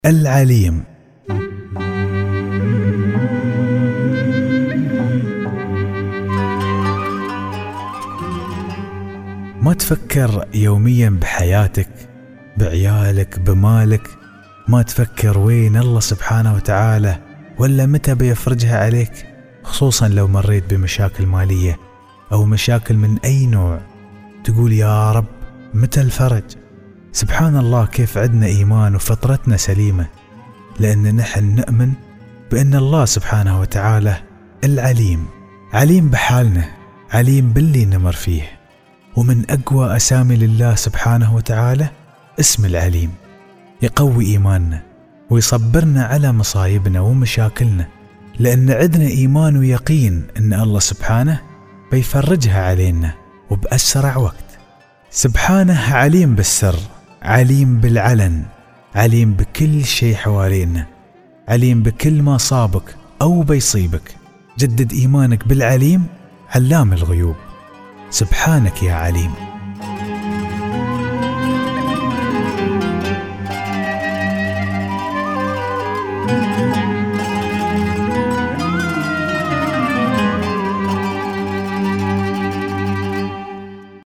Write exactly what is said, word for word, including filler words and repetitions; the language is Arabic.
العليم. ما تفكر يوميا بحياتك، بعيالك، بمالك؟ ما تفكر وين الله سبحانه وتعالى ولا متى بيفرجها عليك؟ خصوصا لو مريت بمشاكل مالية أو مشاكل من أي نوع، تقول يا رب متى الفرج؟ سبحان الله كيف عندنا إيمان وفطرتنا سليمة، لأن نحن نؤمن بأن الله سبحانه وتعالى العليم، عليم بحالنا، عليم باللي نمر فيه. ومن أقوى أسامي لله سبحانه وتعالى اسم العليم، يقوي إيماننا ويصبرنا على مصايبنا ومشاكلنا، لأن عندنا إيمان ويقين أن الله سبحانه بيفرجها علينا وبأسرع وقت. سبحانه عليم بالسر، عليم بالعلن، عليم بكل شيء حوالينا، عليم بكل ما صابك أو بيصيبك. جدد إيمانك بالعليم علام الغيوب. سبحانك يا عليم.